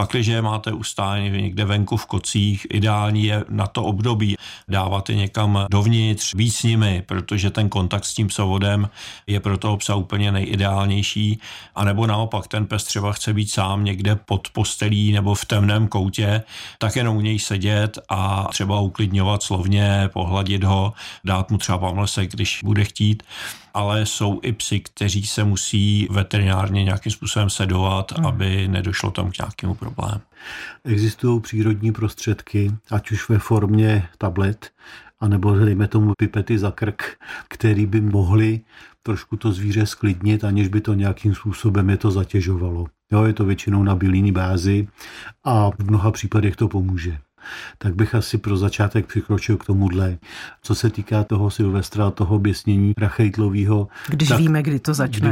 Pakliže máte ustájený někde venku v kocích, ideální je na to období dávat je někam dovnitř, víc s nimi, protože ten kontakt s tím psovodem je pro toho psa úplně nejideálnější, anebo naopak ten pes třeba chce být sám někde pod postelí nebo v temném koutě, tak jenom u něj sedět a třeba uklidňovat slovně, pohladit ho, dát mu třeba pamlsek, když bude chtít. Ale jsou i psi, kteří se musí veterinárně nějakým způsobem sedovat, aby nedošlo tam k nějakému problému. Existují přírodní prostředky, ať už ve formě tablet, anebo dejme tomu pipety za krk, který by mohli trošku to zvíře sklidnit, aniž by to nějakým způsobem je to zatěžovalo. Jo, je to většinou na bylinné bázi a v mnoha případech to pomůže. Tak bych asi pro začátek přikročil k tomuhle. Co se týká toho Silvestra, toho běsnění rachejtlového. Když víme, kdy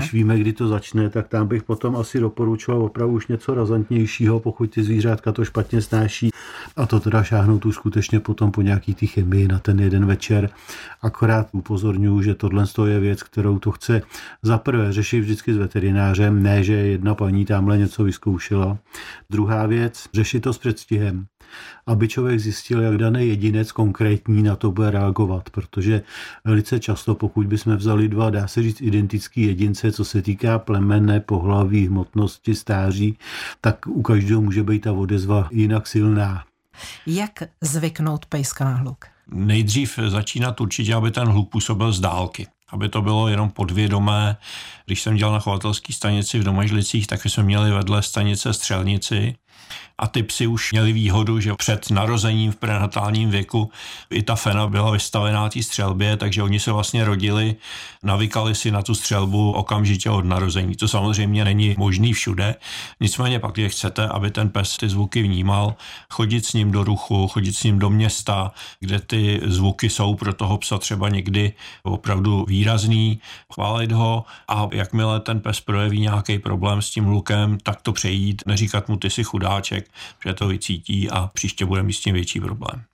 to začne, tak tam bych potom asi doporučoval opravdu už něco razantnějšího, pokud ty zvířátka to špatně snáší. A to teda šáhnout tu skutečně potom po nějaký ty chemii na ten jeden večer. Akorát upozorňuji, že tohle je věc, kterou to chce zaprvé řešit vždycky s veterinářem, ne, že jedna paní tamhle něco vyzkoušela. Druhá věc, řešit to s předstihem, aby člověk zjistil, jak daný jedinec konkrétní na to bude reagovat, protože velice často, pokud bychom vzali dva, dá se říct, identický jedince, co se týká plemene, pohlaví, hmotnosti, stáří, tak u každého může být ta odezva jinak silná. Jak zvyknout pejska na hluk? Nejdřív začínat určitě, aby ten hluk působil z dálky. Aby to bylo jenom podvědomé. Když jsem dělal na chovatelské stanici v Domažlicích, tak jsme měli vedle stanice střelnici a ty psi už měli výhodu, že před narozením v prenatálním věku i ta fena byla vystavená té střelbě, takže oni se vlastně rodili, navykali si na tu střelbu okamžitě od narození. To samozřejmě není možný všude, nicméně pak, když chcete, aby ten pes ty zvuky vnímal, chodit s ním do ruchu, chodit s ním do města, kde ty zvuky jsou pro toho psa třeba někdy opravdu výrazný, chválit ho a jakmile ten pes projeví nějaký problém s tím hlukem, tak to přejít, neříkat mu ty si chudáček, že to vycítí a příště bude mít s tím větší problém.